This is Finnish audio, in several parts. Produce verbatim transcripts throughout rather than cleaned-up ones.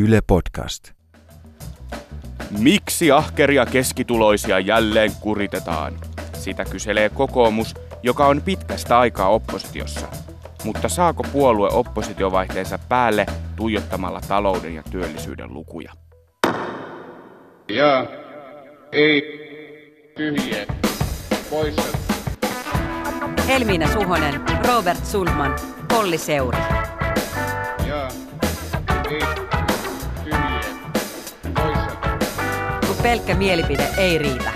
Yle Podcast. Miksi ahkeria keskituloisia jälleen kuritetaan? Sitä kyselee kokoomus, joka on pitkästä aikaa oppositiossa. Mutta saako puolue oppositiovaihteensa päälle tuijottamalla talouden ja työllisyyden lukuja? Ja ei tyhjä poissa. Helmiina Suhonen, Robert Sundman, Olli Seuri. Ja ei tyhjä poissa. Kun pelkkä mielipide ei riitä.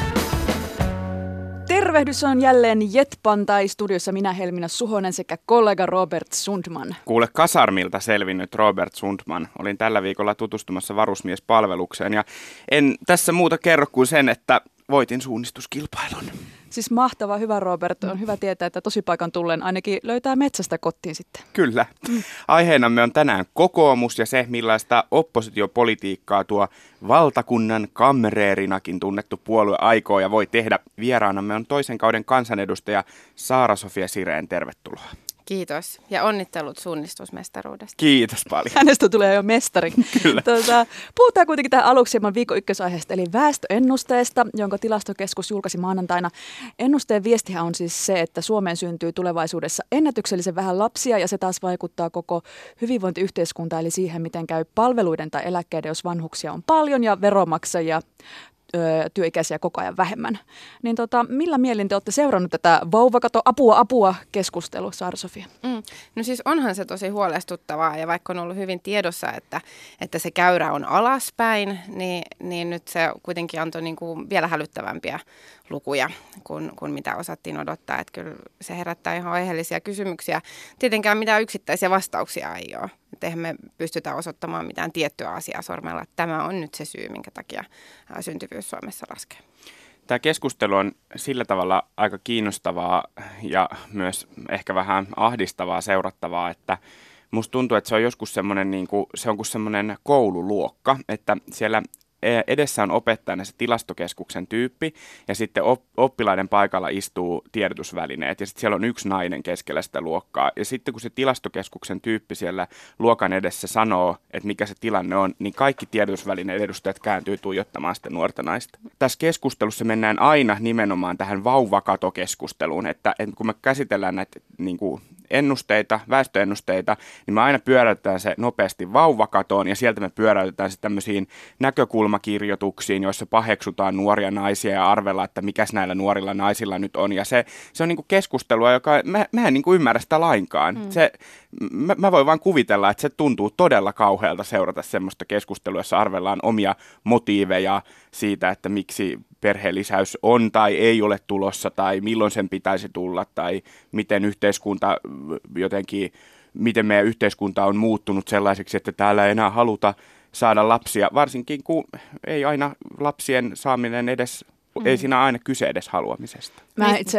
Tervehdys on jälleen Jetpantai studiossa minä Helmiina Suhonen sekä kollega Robert Sundman. Kuule, kasarmilta selvinnyt Robert Sundman. Olin tällä viikolla tutustumassa varusmiespalvelukseen ja en tässä muuta kerro kuin sen, että voitin suunnistuskilpailun. Siis mahtava, hyvä Robert. On hyvä tietää, että tosipaikan tullen ainakin löytää metsästä kotiin sitten. Kyllä. Aiheenamme on tänään kokoomus ja se, millaista oppositiopolitiikkaa tuo valtakunnan kamreerinakin tunnettu puolue aikoo ja voi tehdä. Vieraanamme on toisen kauden kansanedustaja Saara-Sofia Sirén. Tervetuloa. Kiitos ja onnittelut suunnistusmestaruudesta. Kiitos paljon. Hänestä tulee jo mestari. Kyllä. Tuota, puhutaan kuitenkin tähän aluksi hieman viikon ykkösaiheesta, eli väestöennusteesta, jonka tilastokeskus julkaisi maanantaina. Ennusteen viestihän on siis se, että Suomeen syntyy tulevaisuudessa ennätyksellisen vähän lapsia, ja se taas vaikuttaa koko hyvinvointiyhteiskuntaan, eli siihen, miten käy palveluiden tai eläkkeiden, jos vanhuksia on paljon ja veronmaksajia työikäisiä koko ajan vähemmän. Niin tota, millä mielin te olette seurannut tätä vauvakato apua apua keskustelua, Saara-Sofia? Mm. No siis onhan se tosi huolestuttavaa, ja vaikka on ollut hyvin tiedossa, että, että se käyrä on alaspäin, niin, niin nyt se kuitenkin antoi niin kuin vielä hälyttävämpiä lukuja kuin, kuin mitä osattiin odottaa. Että kyllä se herättää ihan aiheellisia kysymyksiä. Tietenkään mitään yksittäisiä vastauksia ei ole. Että eihän me pystytä osoittamaan mitään tiettyä asiaa sormella. Että tämä on nyt se syy, minkä takia syntyvyys Suomessa laskee. Tämä keskustelu on sillä tavalla aika kiinnostavaa ja myös ehkä vähän ahdistavaa seurattavaa, että musta tuntuu, että se on joskus semmoinen, niin kuin, se on kuin semmoinen koululuokka, että siellä edessä on opettajana se tilastokeskuksen tyyppi ja sitten oppilaiden paikalla istuu tiedotusvälineet ja sitten siellä on yksi nainen keskellä sitä luokkaa. Ja sitten kun se tilastokeskuksen tyyppi siellä luokan edessä sanoo, että mikä se tilanne on, niin kaikki tiedotusvälineen edustajat kääntyy tuijottamaan sitä nuorta naista. Tässä keskustelussa mennään aina nimenomaan tähän vauvakatokeskusteluun, että, että kun me käsitellään näitä niin kuin ennusteita, väestöennusteita, niin me aina pyöräytetään se nopeasti vauvakatoon ja sieltä me pyöräytetään se tämmöisiin näkökulmakirjoituksiin, joissa paheksutaan nuoria naisia ja arvellaan, että mikäs näillä nuorilla naisilla nyt on. Ja se, se on niinku keskustelua, joka, mä, mä en niinku ymmärrä sitä lainkaan. Mm. Se, mä, mä voin vaan kuvitella, että se tuntuu todella kauhealta seurata semmoista keskustelua, jossa arvellaan omia motiiveja siitä, että miksi perhelisäys on tai ei ole tulossa tai milloin sen pitäisi tulla tai miten yhteiskunta jotenkin, miten meidän yhteiskunta on muuttunut sellaiseksi, että täällä ei enää haluta saada lapsia, varsinkin kun ei aina lapsien saaminen edes, mm. ei siinä aina kyse edes haluamisesta. Mä itse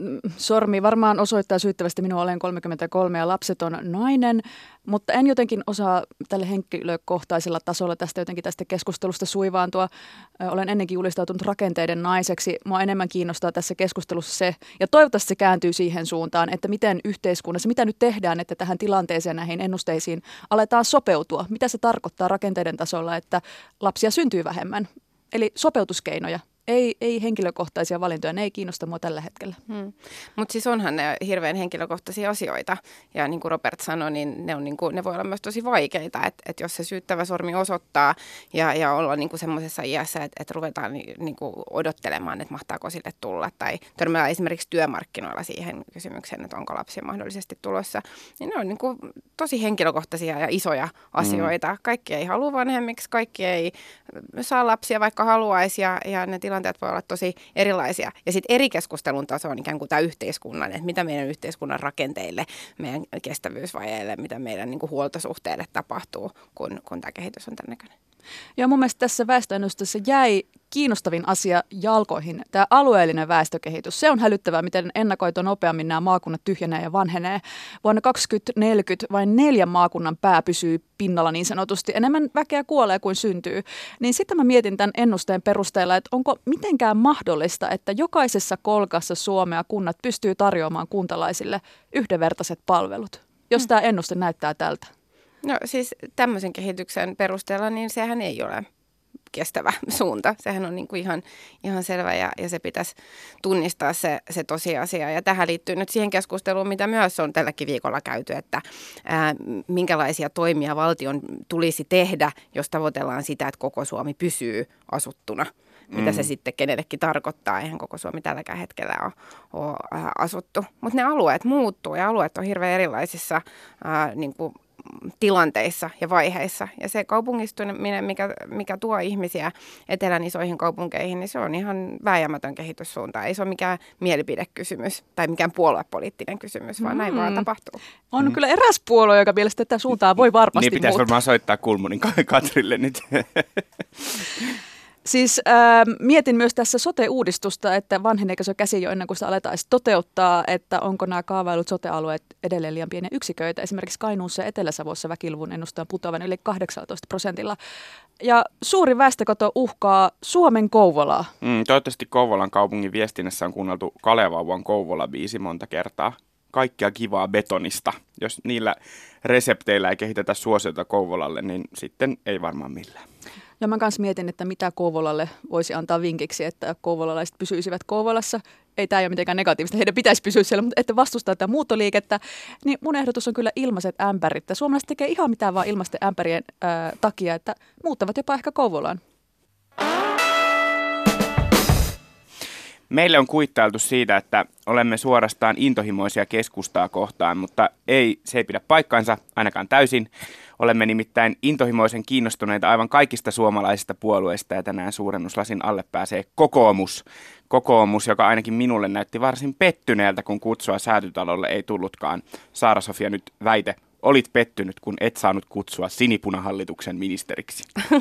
sormi varmaan osoittaa syyttävästi, minua olen kolmekymmentäkolme ja lapseton nainen, mutta en jotenkin osaa tälle henkilökohtaisella tasolla tästä jotenkin tästä keskustelusta suivaantua. Olen ennenkin julistautunut rakenteiden naiseksi. Mua enemmän kiinnostaa tässä keskustelussa se, ja toivottavasti se kääntyy siihen suuntaan, että miten yhteiskunnassa, mitä nyt tehdään, että tähän tilanteeseen, näihin ennusteisiin aletaan sopeutua. Mitä se tarkoittaa rakenteiden tasolla, että lapsia syntyy vähemmän? Eli sopeutuskeinoja. Ei, ei henkilökohtaisia valintoja, ne ei kiinnosta mua tällä hetkellä. Hmm. Mutta siis onhan ne hirveän henkilökohtaisia asioita. Ja niin kuin Robert sanoi, niin ne, on niin kuin, ne voi olla myös tosi vaikeita. Että et jos se syyttävä sormi osoittaa ja, ja ollaan niin kuin semmoisessa iässä, että et ruvetaan niin kuin odottelemaan, että mahtaako sille tulla. Tai törmällä esimerkiksi työmarkkinoilla siihen kysymykseen, että onko lapsia mahdollisesti tulossa. Niin ne on niin kuin tosi henkilökohtaisia ja isoja asioita. Hmm. Kaikki ei halua vanhemmiksi, kaikki ei saa lapsia vaikka haluaisi ja, ja ne tilanteet voi olla tosi erilaisia. Ja sitten eri keskustelun taso on ikään kuin tämä yhteiskunnan, että mitä meidän yhteiskunnan rakenteille, meidän kestävyysvajeille, mitä meidän niin kuin huoltosuhteille tapahtuu, kun, kun tämä kehitys on tämän näköinen. Ja mun mielestä tässä väestöennusteessa jäi kiinnostavin asia jalkoihin, tämä alueellinen väestökehitys. Se on hälyttävää, miten ennakoitua nopeammin nämä maakunnat tyhjenee ja vanhenee. Vuonna kaksituhattaneljäkymmentä vain neljän maakunnan pää pysyy pinnalla niin sanotusti. Enemmän väkeä kuolee kuin syntyy. Niin sitten mä mietin tämän ennusteen perusteella, että onko mitenkään mahdollista, että jokaisessa kolkassa Suomea kunnat pystyy tarjoamaan kuntalaisille yhdenvertaiset palvelut, jos tämä ennuste näyttää tältä. No siis tämmöisen kehityksen perusteella niin sehän ei ole kestävä suunta. Sehän on niin kuin ihan, ihan selvä ja, ja se pitäisi tunnistaa se, se tosiasia. Ja tähän liittyy nyt siihen keskusteluun, mitä myös on tälläkin viikolla käyty, että ää, minkälaisia toimia valtion tulisi tehdä, jos tavoitellaan sitä, että koko Suomi pysyy asuttuna. Mitä mm. se sitten kenellekin tarkoittaa. Eihän koko Suomi tälläkään hetkellä ole, ole ää, asuttu. Mutta ne alueet muuttuu ja alueet on hirveän erilaisissa ää, niin kuin tilanteissa ja vaiheissa. Ja se kaupungistuminen, mikä, mikä tuo ihmisiä etelän isoihin kaupunkeihin, niin se on ihan vääjäämätön kehityssuunta. Ei se ole mikään mielipidekysymys tai mikään puoluepoliittinen kysymys, vaan mm. näin vaan tapahtuu. On mm. kyllä eräs puolue, joka mielestä tätä suuntaa voi varmasti niin pitäisi muuttaa. varmaan soittaa Kulmunin Katrille nyt. Siis äh, mietin myös tässä sote-uudistusta, että vanheneeko se käsi jo ennen kuin sitä aletaan edes toteuttaa, että onko nämä kaavailut sote-alueet edelleen liian pieniä yksiköitä. Esimerkiksi Kainuussa ja Etelä-Savossa väkiluvun ennustaa putoavan yli kahdeksantoista prosentilla. Ja suuri väestökato uhkaa Suomen Kouvolaa. Mm, toivottavasti Kouvolan kaupungin viestinnässä on kuunneltu Kalevauvan Kouvola-biisi monta kertaa. Kaikkea kivaa betonista. Jos niillä resepteillä ei kehitetä suosiota Kouvolalle, niin sitten ei varmaan millään. Ja mä kanssa mietin, että mitä Kouvolalle voisi antaa vinkiksi, että kouvolalaiset pysyisivät Kouvolassa. Ei tämä ole mitenkään negatiivista, heidän pitäisi pysyä siellä, mutta että vastustaa tätä muuttoliikettä. Niin mun ehdotus on kyllä ilmaiset ämpärit. Suomalaiset tekee ihan mitään vaan ilmaisten ämpärien ää, takia, että muuttavat jopa ehkä Kouvolaan. Meille on kuittailtu siitä, että olemme suorastaan intohimoisia keskustaa kohtaan, mutta ei, se ei pidä paikkaansa, ainakaan täysin. Olemme nimittäin intohimoisen kiinnostuneita aivan kaikista suomalaisista puolueista ja tänään suurennuslasin alle pääsee kokoomus. Kokoomus, joka ainakin minulle näytti varsin pettyneeltä, kun kutsua Säätytalolle ei tullutkaan. Saara-Sofia, nyt väite. Olit pettynyt, kun et saanut kutsua sinipunahallituksen ministeriksi.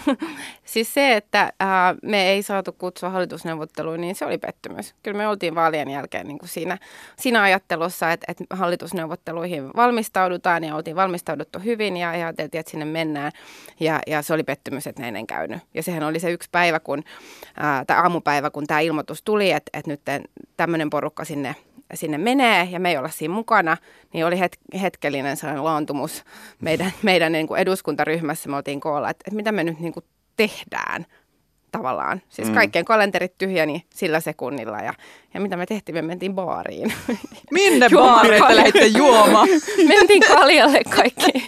Siis se, että äh, me ei saatu kutsua hallitusneuvotteluun, niin se oli pettymys. Kyllä me oltiin vaalien jälkeen niin kuin siinä, siinä ajattelussa, että, että hallitusneuvotteluihin valmistaudutaan ja oltiin valmistauduttu hyvin ja ajateltiin, että sinne mennään. Ja, ja se oli pettymys, että näin ei käynyt. Ja sehän oli se yksi päivä, kun, äh, tai aamupäivä, kun tämä ilmoitus tuli, että, että nyt tämmöinen porukka sinne sinne menee ja me ei olla siinä mukana, niin oli het- hetkellinen sellainen laantumus meidän, meidän niin kuin eduskuntaryhmässä. Me oltiin koolla, että, että mitä me nyt niin kuin tehdään tavallaan. Siis mm. kaikkien kalenterit tyhjeni sillä sekunnilla ja, ja mitä me tehtiin, me mentiin baariin. Minne baariin te lähditte juomaan? Mentiin kaljalle kaikki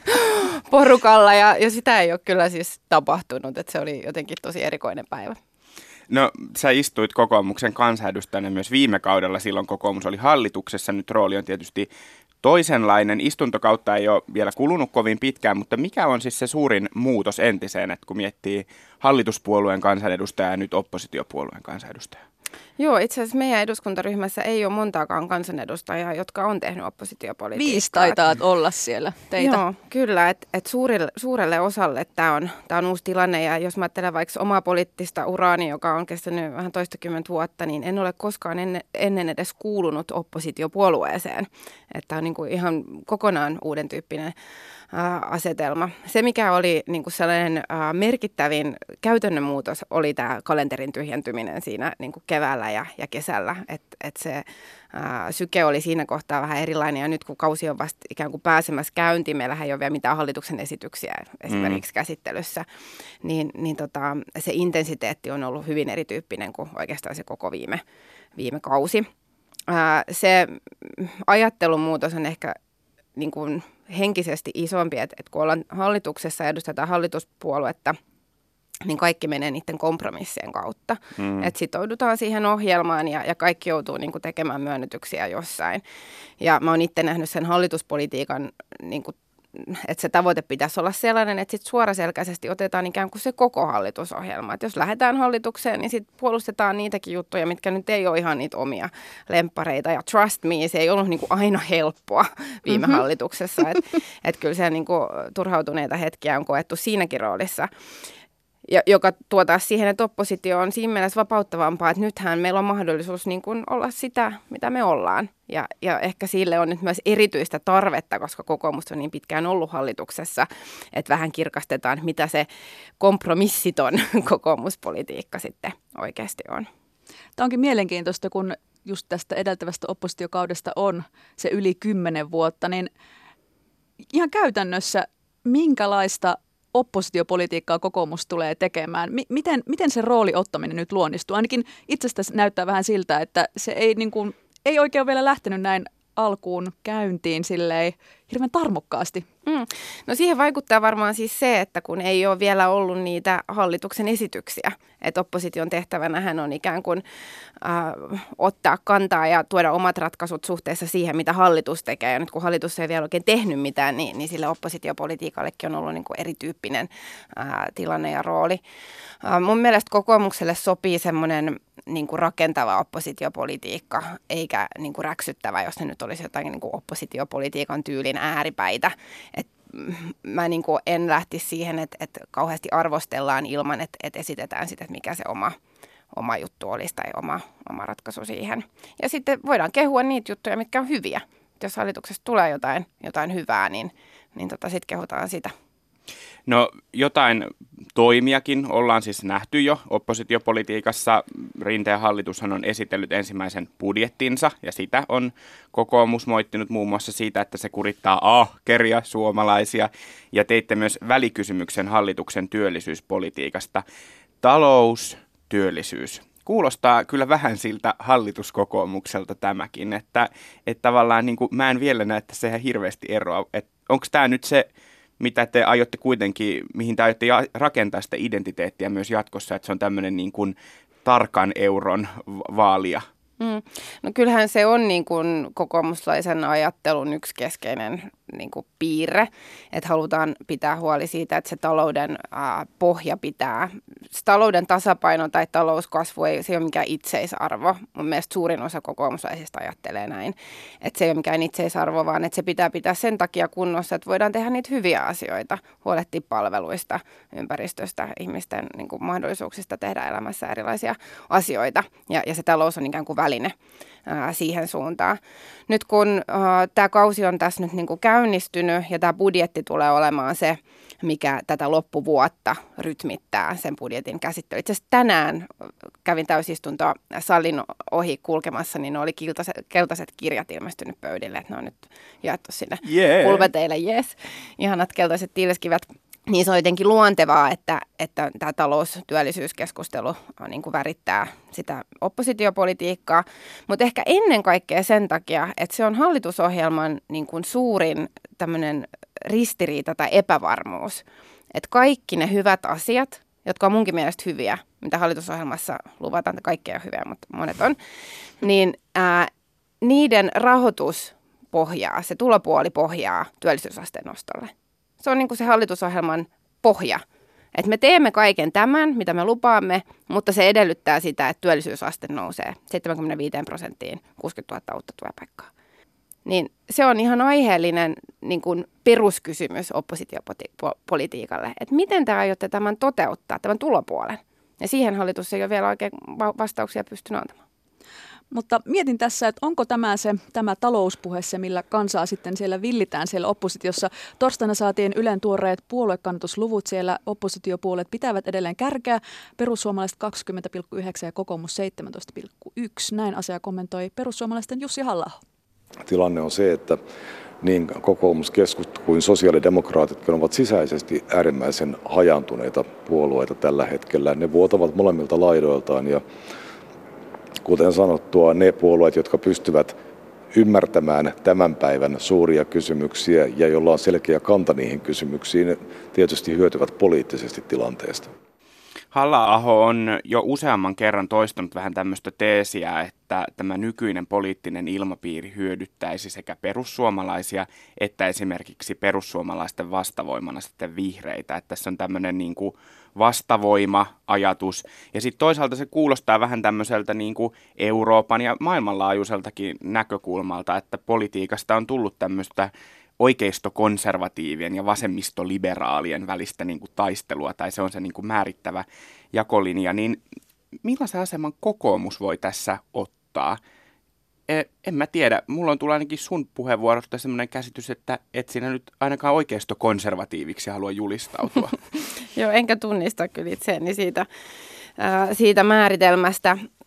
porukalla ja, ja sitä ei ole kyllä siis tapahtunut, että se oli jotenkin tosi erikoinen päivä. No, sä istuit kokoomuksen kansanedustajana myös viime kaudella, silloin kokoomus oli hallituksessa, nyt rooli on tietysti toisenlainen. Istuntokautta ei ole vielä kulunut kovin pitkään, mutta mikä on siis se suurin muutos entiseen, että kun miettii hallituspuolueen kansanedustajaa ja nyt oppositiopuolueen kansanedustajaa? Joo, itse asiassa meidän eduskuntaryhmässä ei ole montaakaan kansanedustajaa, jotka on tehnyt oppositiopolitiikkaa. Viisi taitaa olla siellä teitä. Joo, kyllä, että et suurelle, suurelle osalle tämä on, on uusi tilanne ja jos mä ajattelen vaikka omaa poliittista uraani, joka on kestänyt vähän toistakymmentä vuotta, niin en ole koskaan ennen, ennen edes kuulunut oppositiopuolueeseen. Että on niin kuin ihan kokonaan uuden tyyppinen asetelma. Se, mikä oli niin kuin sellainen äh, merkittävin käytännön muutos, oli tämä kalenterin tyhjentyminen siinä niin kuin keväällä ja, ja kesällä. Että et se äh, syke oli siinä kohtaa vähän erilainen ja nyt kun kausi on vasta ikään kuin pääsemässä käyntiin, meillähän ei ole vielä mitään hallituksen esityksiä esimerkiksi mm. käsittelyssä, niin, niin tota, se intensiteetti on ollut hyvin erityyppinen kuin oikeastaan se koko viime, viime kausi. Äh, se ajattelun muutos on ehkä niin kuin henkisesti isompi, että, että kun ollaan hallituksessa ja edustetaan hallituspuoluetta, niin kaikki menee niiden kompromissien kautta. Mm. Että sitoudutaan siihen ohjelmaan ja, ja kaikki joutuu niin kuin tekemään myönnytyksiä jossain. Ja mä oon itse nähnyt sen hallituspolitiikan, niin kuin, että se tavoite pitäisi olla sellainen, että sit suoraselkäisesti otetaan ikään kuin se koko hallitusohjelma. Että jos lähdetään hallitukseen, niin sitten puolustetaan niitäkin juttuja, mitkä nyt ei ole ihan niitä omia lemppareita. Ja trust me, se ei ollut niin kuin aina helppoa viime mm-hmm. hallituksessa. Että et kyllä se niin kuin turhautuneita hetkiä on koettu siinäkin roolissa. Ja, joka tuo taas siihen, että oppositio on siinä mielessä vapauttavampaa, että nythän meillä on mahdollisuus niin kuin olla sitä, mitä me ollaan. Ja, ja ehkä sille on nyt myös erityistä tarvetta, koska kokoomus on niin pitkään ollut hallituksessa, että vähän kirkastetaan, mitä se kompromissiton kokoomuspolitiikka sitten oikeasti on. Tämä onkin mielenkiintoista, kun just tästä edeltävästä oppositiokaudesta on se yli kymmenen vuotta, niin ihan käytännössä minkälaista oppositiopolitiikkaa kokoomus tulee tekemään? M- miten, miten se rooli ottaminen nyt luonnistuu? Ainakin itsestä näyttää vähän siltä, että se ei, niin kuin, ei oikein ole vielä lähtenyt näin alkuun käyntiin silleen hirveän tarmokkaasti. Mm. No siihen vaikuttaa varmaan siis se, että kun ei ole vielä ollut niitä hallituksen esityksiä, että opposition tehtävänähän on ikään kuin äh, ottaa kantaa ja tuoda omat ratkaisut suhteessa siihen, mitä hallitus tekee. Ja nyt kun hallitus ei vielä oikein tehnyt mitään, niin, niin sille oppositiopolitiikallekin on ollut niin kuin erityyppinen äh, tilanne ja rooli. Äh, mun mielestä kokoomukselle sopii semmoinen niin kuin rakentava oppositiopolitiikka, eikä niin kuin räksyttävä, jos ne nyt olisi jotain niin kuin oppositiopolitiikan tyylin ääripäitä. Et mä niin kuin en lähtisi siihen, että, että kauheasti arvostellaan ilman, että, että esitetään sitä, että mikä se oma, oma juttu olisi tai oma, oma ratkaisu siihen. Ja sitten voidaan kehua niitä juttuja, mitkä on hyviä. Jos hallituksesta tulee jotain, jotain hyvää, niin, niin tota, sitten kehutaan sitä. No jotain toimiakin ollaan siis nähty jo oppositiopolitiikassa. Rinteen hallitushan on esitellyt ensimmäisen budjettinsa ja sitä on kokoomus moittinut muun muassa siitä, että se kurittaa ahkeria suomalaisia ja teitte myös välikysymyksen hallituksen työllisyyspolitiikasta. Talous, työllisyys. Kuulostaa kyllä vähän siltä hallituskokoomukselta tämäkin, että, että tavallaan niin kuin, mä en vielä näe, että sehän hirveästi eroa. Onko tämä nyt se, mitä te aiotte kuitenkin, mihin te aiotte rakentaa sitä identiteettiä myös jatkossa, että se on tämmöinen niin kuin tarkan euron vaalia? Mm. No kyllähän se on niin kuin kokoomuslaisen ajattelun yksi keskeinen niin kuin piirre, että halutaan pitää huoli siitä, että se talouden ää, pohja pitää. Se talouden tasapaino tai talouskasvu ei se ole mikään itseisarvo. Mun mielestä suurin osa kokoomuslaisista ajattelee näin, että se ei ole mikään itseisarvo, vaan että se pitää pitää sen takia kunnossa, että voidaan tehdä niitä hyviä asioita, huolehtia palveluista, ympäristöstä, ihmisten niin kuin mahdollisuuksista tehdä elämässä erilaisia asioita. Ja, ja se talous on ikään kuin väline ää, siihen suuntaan. Nyt kun tämä kausi on tässä nyt niin kuin käynnistynyt ja tämä budjetti tulee olemaan se, mikä tätä loppuvuotta rytmittää sen budjetin käsittely. Itse asiassa tänään kävin täysistuntoa salin ohi kulkemassa, niin ne oli keltaiset, keltaiset kirjat ilmestynyt pöydille, että ne on nyt jaettu sinne yeah. pulpeteille. Yes. Ihanat keltaiset tiiliskivet. Niin se on jotenkin luontevaa, että, että tämä talous-työllisyyskeskustelu niin kuin värittää sitä oppositiopolitiikkaa, mutta ehkä ennen kaikkea sen takia, että se on hallitusohjelman niin kuin suurin tämmöinen ristiriita tai epävarmuus. Että kaikki ne hyvät asiat, jotka on munkin mielestä hyviä, mitä hallitusohjelmassa luvataan, että kaikki ei ole hyviä, mutta monet on, niin ää, niiden rahoitus pohjaa, se tulopuoli pohjaa työllisyysasteen nostolle. Se on niin kuin se hallitusohjelman pohja. Että me teemme kaiken tämän, mitä me lupaamme, mutta se edellyttää sitä, että työllisyysaste nousee seitsemänkymmentäviisi prosenttiin kuusikymmentätuhatta uutta työpaikkaa. Niin se on ihan aiheellinen niin kuin peruskysymys oppositiopolitiikalle, että miten te aiotte tämän toteuttaa, tämän tulopuolen. Ja siihen hallitus ei ole vielä oikein vastauksia pystynyt antamaan. Mutta mietin tässä, että onko tämä se tämä talouspuhe se, millä kansaa sitten siellä villitään siellä oppositiossa. Torstaina saatiin Ylen tuoreet puoluekannatusluvut. Siellä oppositiopuolet pitävät edelleen kärkeä. Perussuomalaiset kaksikymmentä pilkku yhdeksän ja kokoomus seitsemäntoista pilkku yksi. Näin asia kommentoi perussuomalaisten Jussi Halla-aho. Tilanne on se, että niin kokoomus, keskusta kuin sosiaalidemokraatitkin ovat sisäisesti äärimmäisen hajaantuneita puolueita tällä hetkellä. Ne vuotavat molemmilta laidoiltaan ja kuten sanottua, ne puolueet, jotka pystyvät ymmärtämään tämän päivän suuria kysymyksiä ja jolla on selkeä kanta niihin kysymyksiin, tietysti hyötyvät poliittisesti tilanteesta. Halla-aho on jo useamman kerran toistanut vähän tämmöistä teesiä, että tämä nykyinen poliittinen ilmapiiri hyödyttäisi sekä perussuomalaisia että esimerkiksi perussuomalaisten vastavoimana sitten vihreitä. Että tässä on tämmöinen niin kuin vastavoima-ajatus. Ja sitten toisaalta se kuulostaa vähän tämmöiseltä niin kuin Euroopan ja maailmanlaajuiseltakin näkökulmalta, että politiikasta on tullut tämmöistä oikeistokonservatiivien ja vasemmistoliberaalien välistä niin kuin taistelua, tai se on se niin kuin määrittävä jakolinja, niin millaisen aseman kokoomus voi tässä ottaa? E, en mä tiedä. Mulla on tullut ainakin sun puheenvuorosta sellainen käsitys, että et sinä nyt ainakaan oikeistokonservatiiviksi halua julistautua. Joo, enkä tunnista kyllä itseäni siitä, äh, siitä määritelmästä.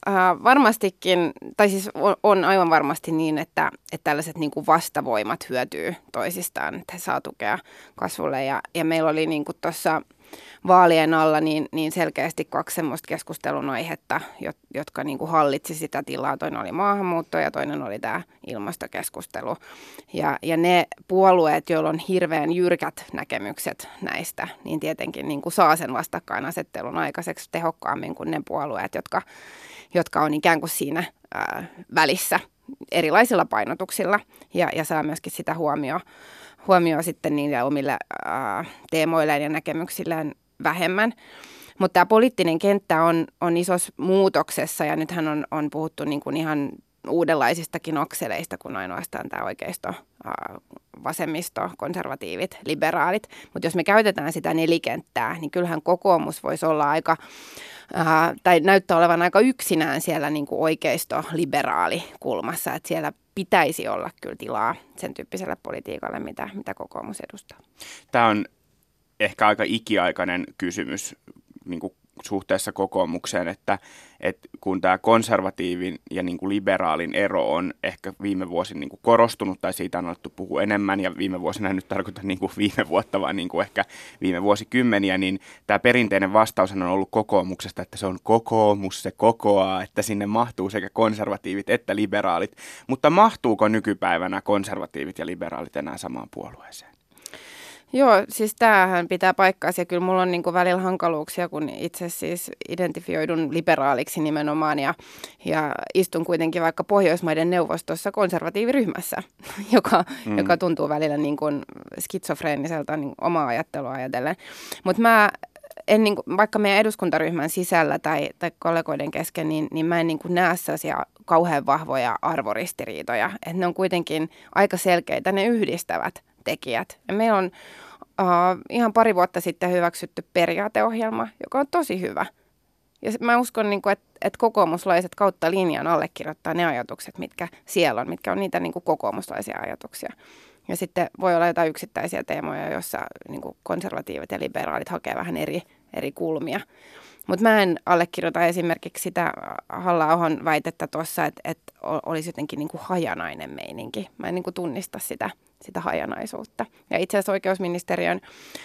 äh, varmastikin, tai siis on, on aivan varmasti niin, että, että tällaiset niin kuin vastavoimat hyötyy toisistaan, että he saa tukea kasvulle. Ja, ja meillä oli niin kuin tuossa vaalien alla niin, niin selkeästi kaksi semmoista keskustelun aihetta, jotka niin kuin hallitsi sitä tilaa. Toinen oli maahanmuutto ja toinen oli tämä ilmastokeskustelu. Ja, ja ne puolueet, joilla on hirveän jyrkät näkemykset näistä, niin tietenkin niin kuin saa sen vastakkainasettelun aikaiseksi tehokkaammin kuin ne puolueet, jotka, jotka on ikään kuin siinä ää, välissä erilaisilla painotuksilla ja, ja saa myöskin sitä huomioon. huomioon sitten niille omille äh, teemoilleen ja näkemyksilleen vähemmän. Mutta tämä poliittinen kenttä on, on isossa muutoksessa ja nythän on, on puhuttu niin kuin ihan uudenlaisistakin akseleista kuin ainoastaan tämä oikeisto, äh, vasemmisto, konservatiivit, liberaalit. Mutta jos me käytetään sitä nelikenttää, niin kyllähän kokoomus voisi olla aika, äh, tai näyttää olevan aika yksinään siellä niin kuin oikeisto-liberaali kulmassa, että siellä pitäisi olla kyllä tilaa sen tyyppiselle politiikalle, mitä, mitä kokoomus edustaa. Tämä on ehkä aika ikiaikainen kysymys niin kuin suhteessa kokoomukseen, että, että kun tämä konservatiivin ja niin kuin liberaalin ero on ehkä viime vuosina niin kuin korostunut tai siitä on alettu puhua enemmän ja viime vuosina en nyt tarkoita niin kuin viime vuotta, vaan niin kuin ehkä viime vuosikymmeniä, niin tämä perinteinen vastaus on ollut kokoomuksesta, että se on kokoomus, se kokoaa, että sinne mahtuu sekä konservatiivit että liberaalit, mutta mahtuuko nykypäivänä konservatiivit ja liberaalit enää samaan puolueeseen? Joo, siis tämähän pitää paikkaansa ja kyllä mulla on niin kuin välillä hankaluuksia, kun itse siis identifioidun liberaaliksi nimenomaan ja, ja istun kuitenkin vaikka Pohjoismaiden neuvostossa konservatiiviryhmässä, joka, mm. joka tuntuu välillä niin kuin skitsofreeniselta niin omaa ajattelua ajatellen. Mutta mä en, niin kuin, vaikka meidän eduskuntaryhmän sisällä tai, tai kollegoiden kesken, niin, niin mä en niin kuin näe sellaisia kauhean vahvoja arvoristiriitoja, että ne on kuitenkin aika selkeitä, ne yhdistävät tekijät. Ja meillä on uh, ihan pari vuotta sitten hyväksytty periaateohjelma, joka on tosi hyvä. Ja mä uskon, niin kuin, että, että kokoomuslaiset kautta linjan allekirjoittaa ne ajatukset, mitkä siellä on, mitkä on niitä niin kuin kokoomuslaisia ajatuksia. Ja sitten voi olla jotain yksittäisiä teemoja, joissa niin kuin konservatiivit ja liberaalit hakee vähän eri, eri kulmia. Mutta mä en allekirjoita esimerkiksi sitä Halla-ahon väitettä tuossa, että, että olisi jotenkin niin kuin hajanainen meininki. Mä en niin kuin tunnista sitä, sitä hajanaisuutta. Ja itse asiassa oikeusministeriön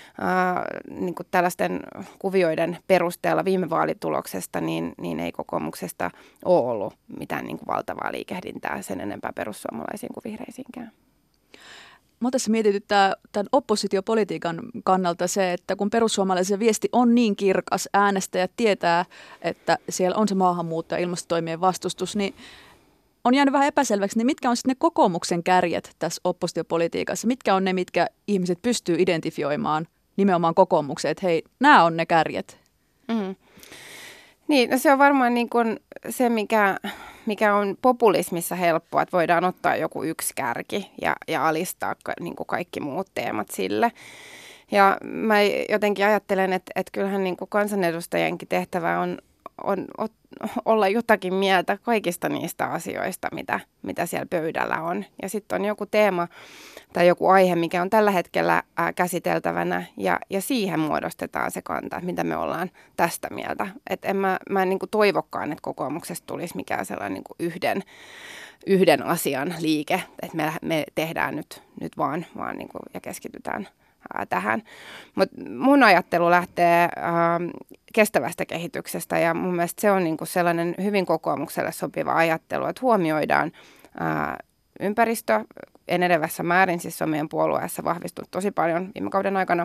ää, niin kuin tällaisten kuvioiden perusteella viime vaalituloksesta, niin, niin ei kokoomuksesta ole ollut mitään niin kuin valtavaa liikehdintää sen enempää perussuomalaisiin kuin vihreisiinkään. Mua tässä mietityttää tämän oppositiopolitiikan kannalta se, että kun perussuomalaisen viesti on niin kirkas, äänestäjät tietää, että siellä on se maahanmuutto ja ilmastotoimien vastustus, niin on jäänyt vähän epäselväksi, niin mitkä on sitten ne kokoomuksen kärjet tässä oppositiopolitiikassa? Mitkä on ne, mitkä ihmiset pystyy identifioimaan nimenomaan kokoomukseen, että hei, nämä on ne kärjet? Mm. Niin, no se on varmaan niin kuin se, mikä, mikä on populismissa helppoa, että voidaan ottaa joku yksi kärki ja, ja alistaa niin kuin kaikki muut teemat sille. Ja mä jotenkin ajattelen, että, että kyllähän niin kuin kansanedustajienkin tehtävä on, on ot, olla jotakin mieltä kaikista niistä asioista, mitä, mitä siellä pöydällä on. Ja sitten on joku teema tai joku aihe, mikä on tällä hetkellä ää, käsiteltävänä ja, ja siihen muodostetaan se kanta, että mitä me ollaan tästä mieltä. Et en mä, mä en niin kuin toivokkaan, että kokoomuksesta tulisi mikään sellainen niin kuin yhden, yhden asian liike, että me, me tehdään nyt, nyt vaan, vaan niin kuin, ja keskitytään ää, tähän. Mutta mun ajattelu lähtee ää, kestävästä kehityksestä ja mun mielestä se on niin kuin sellainen hyvin kokoomukselle sopiva ajattelu, että huomioidaan ää, ympäristö enenevässä määrin, siis on meidän puolueessa vahvistunut tosi paljon viime kauden aikana.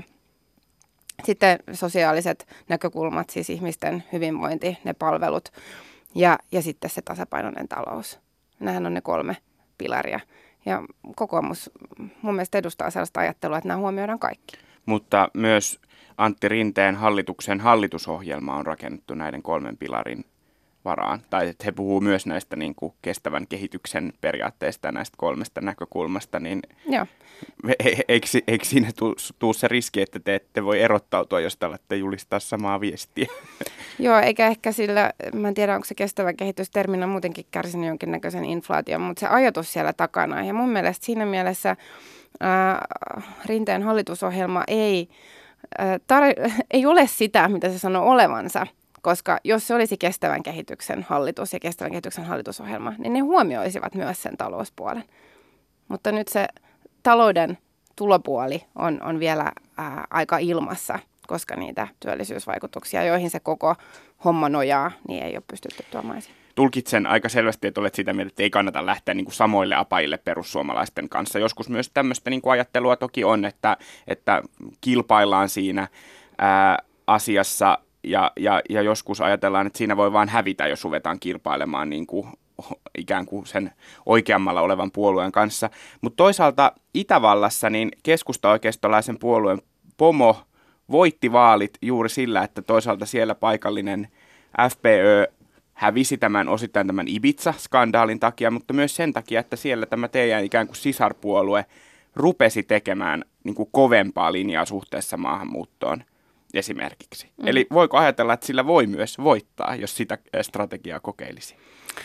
Sitten sosiaaliset näkökulmat, siis ihmisten hyvinvointi, ne palvelut ja, ja sitten se tasapainoinen talous. Nämähän on ne kolme pilaria. Ja kokoomus mun mielestä edustaa sellaista ajattelua, että nämä huomioidaan kaikki. Mutta myös Antti Rinteen hallituksen hallitusohjelma on rakennettu näiden kolmen pilarin varaan. Tai että he puhuu myös näistä niin kuin kestävän kehityksen periaatteista ja näistä kolmesta näkökulmasta, niin Joo. E- eikö, eikö siinä tule se riski, että te ette voi erottautua, jos te olette julistaa samaa viestiä? Joo, eikä ehkä sillä, mä en tiedä, onko se kestävä kehitys terminä muutenkin kärsinyt jonkinnäköisen inflaation, mutta se ajatus siellä takana. Ja mun mielestä siinä mielessä ää, Rinteen hallitusohjelma ei, ää, tar- ei ole sitä, mitä se sanoo olevansa. koska jos se olisi kestävän kehityksen hallitus ja kestävän kehityksen hallitusohjelma, niin ne huomioisivat myös sen talouspuolen. Mutta nyt se talouden tulopuoli on, on vielä ää, aika ilmassa, koska niitä työllisyysvaikutuksia, joihin se koko homma nojaa, niin ei ole pystytty tuomaan esiin. Tulkitsen aika selvästi, että olet sitä mieltä, että ei kannata lähteä niin kuin samoille apajille perussuomalaisten kanssa. Joskus myös tämmöistä niin kuin ajattelua toki on, että, että kilpaillaan siinä ää, asiassa ja, ja, ja joskus ajatellaan, että siinä voi vaan hävitä, jos ruvetaan kilpailemaan niin kuin ikään kuin sen oikeammalla olevan puolueen kanssa. Mutta toisaalta Itävallassa niin keskusta-oikeistolaisen puolueen Pomo voitti vaalit juuri sillä, että toisaalta siellä paikallinen F P Ö hävisi tämän osittain tämän Ibiza-skandaalin takia, mutta myös sen takia, että siellä tämä teidän ikään kuin sisarpuolue rupesi tekemään niin kuin kovempaa linjaa suhteessa maahanmuuttoon esimerkiksi. Mm. Eli voiko ajatella, että sillä voi myös voittaa, jos sitä strategiaa kokeilisi?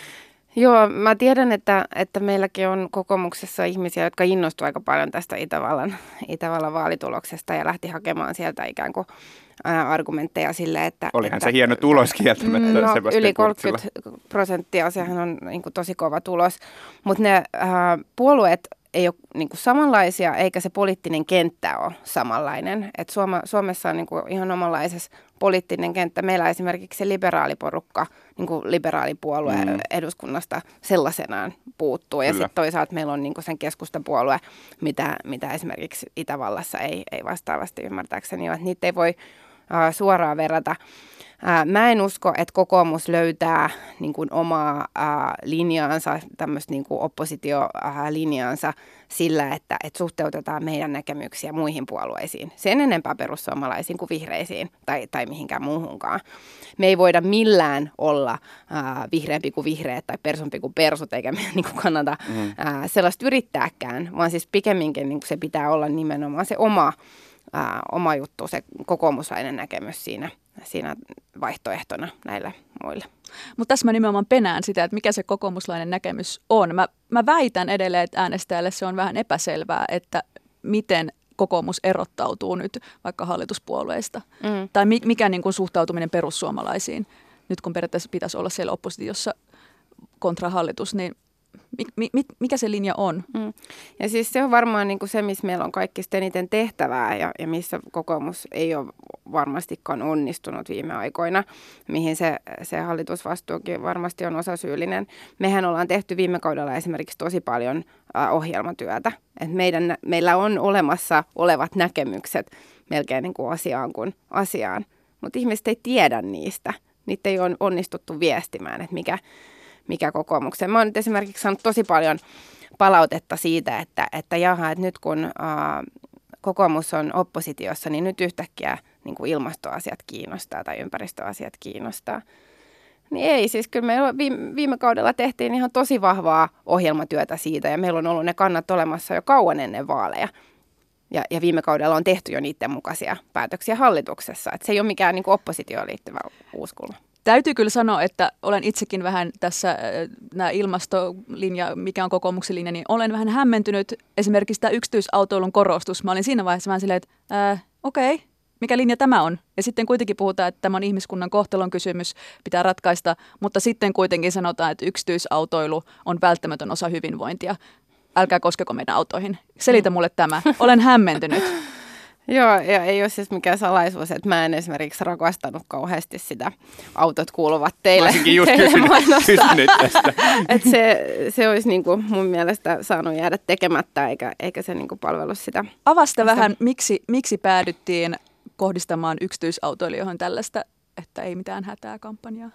Joo, mä tiedän, että, että meilläkin on kokoomuksessa ihmisiä, jotka innostuivat aika paljon tästä Itävallan, Itävallan vaalituloksesta ja lähti hakemaan sieltä ikään kuin ää, argumentteja sille, että... Olihan että, se hieno tulos kieltämättä. No, Sebastian yli Kurtzilla. kolmekymmentä prosenttia, sehän on niin kuin tosi kova tulos, mutta ne ää, puolueet ei ole niin kuin samanlaisia, eikä se poliittinen kenttä ole samanlainen. Et Suoma, Suomessa on niin kuin ihan omanlaisessa poliittinen kenttä. Meillä esimerkiksi se liberaaliporukka, niin kuin liberaalipuolue mm. eduskunnasta sellaisenaan puuttuu. Ja sitten toisaalta meillä on niin kuin sen keskustapuolue, mitä, mitä esimerkiksi Itävallassa ei, ei vastaavasti ymmärtääkseni ole. Niitä ei voi uh, suoraan verrata. Uh, mä en usko, että kokoomus löytää niin kuin omaa uh, linjaansa, tämmöistä niin kuin oppositiolinjaansa sillä, että, että suhteutetaan meidän näkemyksiä muihin puolueisiin. Sen enempää perussuomalaisiin kuin vihreisiin tai, tai mihinkään muuhunkaan. Me ei voida millään olla uh, vihreämpi kuin vihreät tai persumpi kuin persut, eikä me niin kuin kannata mm. uh, sellaista yrittääkään, vaan siis pikemminkin niin kuin se pitää olla nimenomaan se oma, uh, oma juttu, se kokoomuslainen näkemys siinä. siinä vaihtoehtona näille muille. Mutta tässä mä nimenomaan penään sitä, että mikä se kokoomuslainen näkemys on. Mä, mä väitän edelleen, että äänestäjälle se on vähän epäselvää, että miten kokoomus erottautuu nyt vaikka hallituspuolueista. Mm. Tai mi, mikä niin kuin suhtautuminen perussuomalaisiin, nyt kun periaatteessa pitäisi olla siellä oppositiossa kontra hallitus, niin Mi, mi, mikä se linja on? Mm. Ja siis se on varmaan niin kuin se, missä meillä on kaikista eniten tehtävää ja, ja missä kokoomus ei ole varmastikaan onnistunut viime aikoina, mihin se, se hallitusvastuukin varmasti on osasyyllinen. Mehän ollaan tehty viime kaudella esimerkiksi tosi paljon äh, ohjelmatyötä. Et meidän, meillä on olemassa olevat näkemykset melkein niin kuin asiaan kuin asiaan, mutta ihmiset ei tiedä niistä. Niitä ei ole onnistuttu viestimään, että mikä... mikä kokoomukseen. Mä oon nyt esimerkiksi saanut tosi paljon palautetta siitä, että, että jaha, että nyt kun ää, kokoomus on oppositiossa, niin nyt yhtäkkiä niin kuin ilmastoasiat kiinnostaa tai ympäristöasiat kiinnostaa. Niin ei, siis kyllä me viime, viime kaudella tehtiin ihan tosi vahvaa ohjelmatyötä siitä ja meillä on ollut ne kannat olemassa jo kauan ennen vaaleja. Ja, ja viime kaudella on tehty jo niiden mukaisia päätöksiä hallituksessa. Että se ei ole mikään niin kuin oppositioon liittyvä uusi kulma. Täytyy kyllä sanoa, että olen itsekin vähän tässä, nämä ilmastolinja, mikä on kokoomuksen linja, niin olen vähän hämmentynyt esimerkiksi tämä yksityisautoilun korostus. Mä olin siinä vaiheessa vähän silleen, että ää, okei, mikä linja tämä on? Ja sitten kuitenkin puhutaan, että tämä on ihmiskunnan kohtalon kysymys, pitää ratkaista, mutta sitten kuitenkin sanotaan, että yksityisautoilu on välttämätön osa hyvinvointia. Älkää koskeko meidän autoihin. Selitä mulle tämä. Olen hämmentynyt. Joo, ja ei ole siis mikään salaisuus, että mä en esimerkiksi rakastanut kauheasti sitä autot kuuluvat teille. Mä olisinkin just kysynyt, kysynyt tästä. Että se, se olisi niin kuin mun mielestä saanut jäädä tekemättä, eikä, eikä se niin kuin palvelu sitä. Avasta vähän, miksi, miksi päädyttiin kohdistamaan yksityisautoilijoihin tällaista, että ei mitään hätää kampanjaa?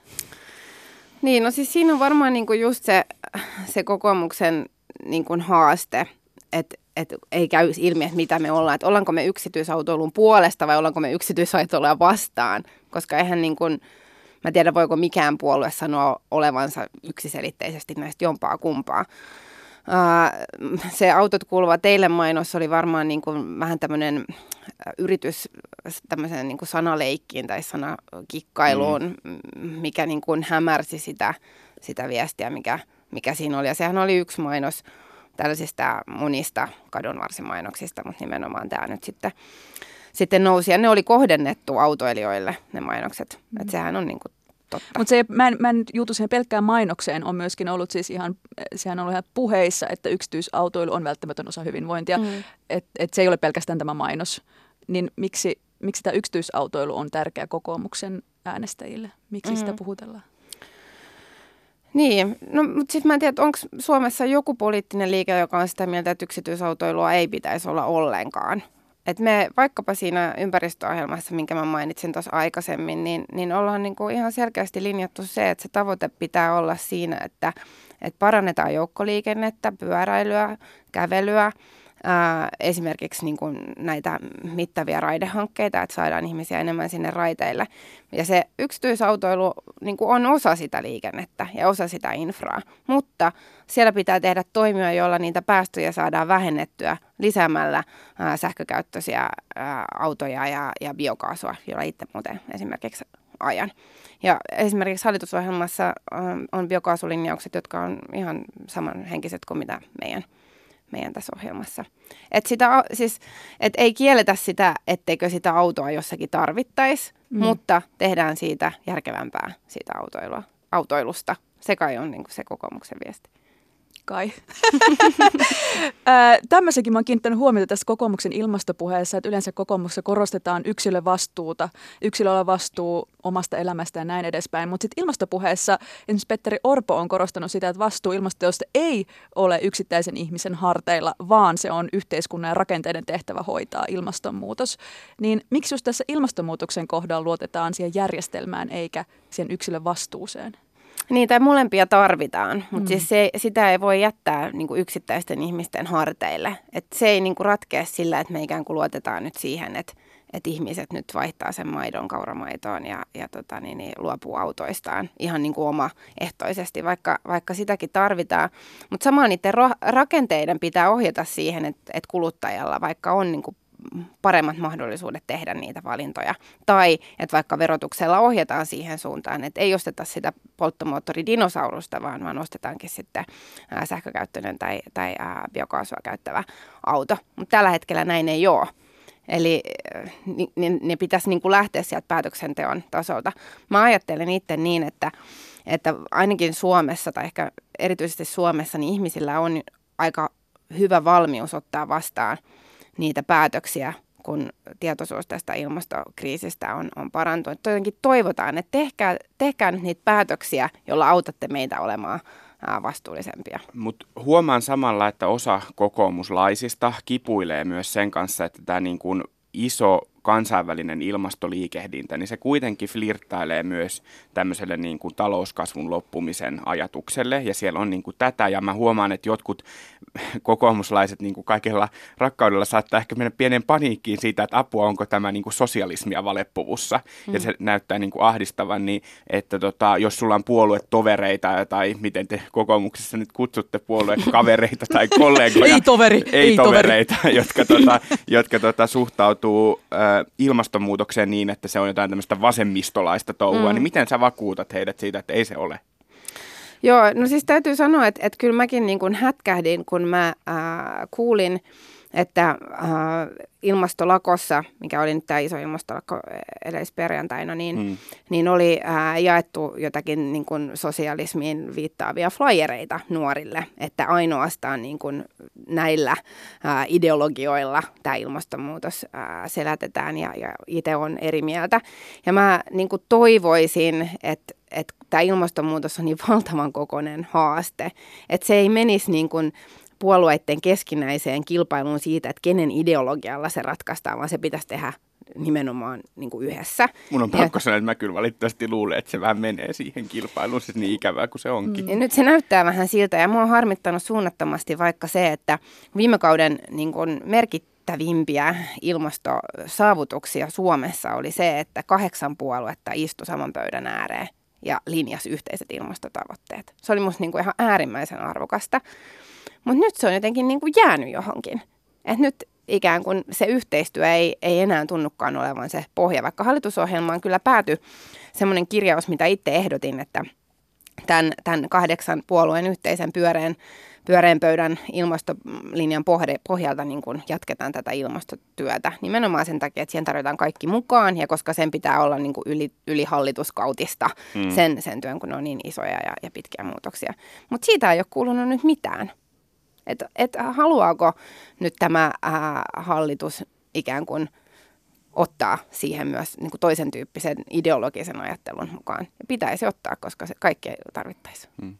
Niin, no siis siinä on varmaan niin kuin just se, se kokoomuksen niin kuin haaste, että että ei käy ilmi, että mitä me ollaan, että ollaanko me yksityisautoilun puolesta vai ollaanko me yksityisautoilua vastaan, koska eihän niin kuin, mä tiedän voiko mikään puolue sanoa olevansa yksiselitteisesti näistä jompaa kumpaa. Uh, se autot kuuluva teille mainos oli varmaan niin kuin vähän tämmöinen yritys tämmöiseen niin kuin sanaleikkiin tai sanakikkailuun, mm. mikä niin kuin hämärsi sitä, sitä viestiä, mikä, mikä siinä oli. Ja sehän oli yksi mainos tällaisista monista kadunvarsimainoksista, mutta nimenomaan tämä nyt sitten, sitten nousi. Ja ne oli kohdennettu autoilijoille, ne mainokset. Mm. Että sehän on niin kuin totta. Mutta se, mä en, mä en juutu siihen pelkkään mainokseen, on myöskin ollut siis ihan, sehän on ollut ihan puheissa, että yksityisautoilu on välttämätön osa hyvinvointia, mm. että et se ei ole pelkästään tämä mainos. Niin miksi, miksi tämä yksityisautoilu on tärkeä kokoomuksen äänestäjille? Miksi mm. sitä puhutellaan? Niin, no mutta sitten mä en tiedä, onko Suomessa joku poliittinen liike, joka on sitä mieltä, että yksityisautoilua ei pitäisi olla ollenkaan. Et me vaikkapa siinä ympäristöohjelmassa, minkä mä mainitsin tuossa aikaisemmin, niin, niin ollaan niinku ihan selkeästi linjattu se, että se tavoite pitää olla siinä, että, että parannetaan joukkoliikennettä, pyöräilyä, kävelyä, ää, esimerkiksi niinku näitä mittavia raidehankkeita, että saadaan ihmisiä enemmän sinne raiteille. Ja se yksityisautoilu niinku on osa sitä liikennettä ja osa sitä infraa, mutta siellä pitää tehdä toimia, joilla niitä päästöjä saadaan vähennettyä lisäämällä ää, sähkökäyttöisiä ää, autoja ja, ja biokaasua, joilla itse muuten esimerkiksi ajan. Ja esimerkiksi hallitusohjelmassa ää, on biokaasulinjaukset, jotka on ihan samanhenkiset kuin mitä meidän, meidän tässä ohjelmassa. Et sitä, siis, et ei kielletä sitä, etteikö sitä autoa jossakin tarvittaisi, mm. mutta tehdään siitä järkevämpää siitä autoilua, autoilusta. Se kai on niin kuin se kokoomuksen viesti. Kai. Tämmöisenkin mä oon kiinnittänyt huomiota tässä kokoomuksen ilmastopuheessa, että yleensä kokoomuksessa korostetaan yksilön vastuuta, yksilöllä vastuu omasta elämästä ja näin edespäin. Mutta sitten ilmastopuheessa esimerkiksi Petteri Orpo on korostanut sitä, että vastuu ilmastoteosta ei ole yksittäisen ihmisen harteilla, vaan se on yhteiskunnan ja rakenteiden tehtävä hoitaa ilmastonmuutos. Niin miksi just tässä ilmastonmuutoksen kohdalla luotetaan siihen järjestelmään eikä siihen yksilön vastuuseen? Niin, tai molempia tarvitaan, mutta mm. siis se, sitä ei voi jättää niin kuin yksittäisten ihmisten harteille. Et se ei niin kuin ratkea sillä, että me ikään kuin luotetaan nyt siihen, että, että ihmiset nyt vaihtaa sen maidon kauramaitoon ja, ja tota, niin, niin, luopuu autoistaan ihan niin kuin omaehtoisesti, vaikka, vaikka sitäkin tarvitaan. Mutta samalla niiden ro- rakenteiden pitää ohjata siihen, että, että kuluttajalla vaikka on niin kuin paremmat mahdollisuudet tehdä niitä valintoja. Tai että vaikka verotuksella ohjataan siihen suuntaan, että ei osteta sitä polttomoottoridinosaurusta, vaan, vaan ostetaankin sitten ää, sähkökäyttöinen tai, tai ää, biokaasua käyttävä auto. Mutta tällä hetkellä näin ei ole. Eli ni, ni, ne pitäisi niin kuin lähteä sieltä päätöksenteon tasolta. Mä ajattelen itse niin, että, että ainakin Suomessa tai ehkä erityisesti Suomessa niin ihmisillä on aika hyvä valmius ottaa vastaan niitä päätöksiä, kun tietoisuus tästä ilmastokriisistä on, on parantunut. Jotenkin toivotaan, että tehkää, tehkää nyt niitä päätöksiä, joilla autatte meitä olemaan ää, vastuullisempia. Mutta huomaan samalla, että osa kokoomuslaisista kipuilee myös sen kanssa, että tämä niin kuin iso kansainvälinen ilmastoliikehdintä, niin se kuitenkin flirttailee myös tämmöiselle niin kuin talouskasvun loppumisen ajatukselle, ja siellä on niin kuin tätä, ja mä huomaan, että jotkut kokoomuslaiset niin kuin kaikella rakkaudella saattaa ehkä mennä pienen paniikkiin siitä, että apua, onko tämä niin kuin sosialismia valeppuvussa, mm. ja se näyttää niin kuin ahdistavan, niin että tota, jos sulla on puoluetovereita, tai miten te kokoomuksessa nyt kutsutte puoluekavereita tai kollegoja, ei toveri, ei, ei tovereita, toveri. jotka, tota, jotka tota, suhtautuu äh, ilmastonmuutokseen niin, että se on jotain tämmöistä vasemmistolaista touhua, mm. niin miten sä vakuutat heidät siitä, että ei se ole? Joo, no siis täytyy sanoa, että, että kyllä mäkin niin kuin hätkähdin, kun mä äh, kuulin, että äh, ilmastolakossa, mikä oli nyt tämä iso ilmastolakko edellisperjantaina, niin, mm. niin oli äh, jaettu jotakin niin kuin sosialismiin viittaavia flyereita nuorille, että ainoastaan niin kuin näillä äh, ideologioilla tämä ilmastonmuutos äh, selätetään ja, ja itse on eri mieltä. Ja mä niin kuin toivoisin, että että tämä ilmastonmuutos on niin valtavan kokoinen haaste, että se ei menisi niin kuin puolueiden keskinäiseen kilpailuun siitä, että kenen ideologialla se ratkaistaan, vaan se pitäisi tehdä nimenomaan niin kuin yhdessä. Mun on pakko sanoa, että mä kyllä valitettavasti luulen, että se vähän menee siihen kilpailuun, siis niin ikävää kuin se onkin. Ja nyt se näyttää vähän siltä, ja mua on harmittanut suunnattomasti vaikka se, että viime kauden niin kuin merkittävimpiä ilmastosaavutuksia Suomessa oli se, että kahdeksan puoluetta istui saman pöydän ääreen ja linjasi yhteiset ilmastotavoitteet. Se oli musta niinku ihan äärimmäisen arvokasta. Mutta nyt se on jotenkin niinku jäänyt johonkin. Et nyt ikään kuin se yhteistyö ei, ei enää tunnukaan olevan se pohja, vaikka hallitusohjelmaan kyllä päätyi semmoinen kirjaus, mitä itse ehdotin, että tämän, tämän kahdeksan puolueen yhteisen pyöreän pyöreän pöydän ilmastolinjan pohjalta niin kuin jatketaan tätä ilmastotyötä. Nimenomaan sen takia, että siihen tarvitaan kaikki mukaan ja koska sen pitää olla niin kuin yli, yli hallituskautista mm. sen, sen työn, kun ne on niin isoja ja, ja pitkiä muutoksia. Mutta siitä ei ole kuulunut nyt mitään. Että et haluaako nyt tämä ää, hallitus ikään kuin ottaa siihen myös niin kuin toisen tyyppisen ideologisen ajattelun mukaan. Ja pitäisi ottaa, koska se kaikki tarvittaisiin. Hmm.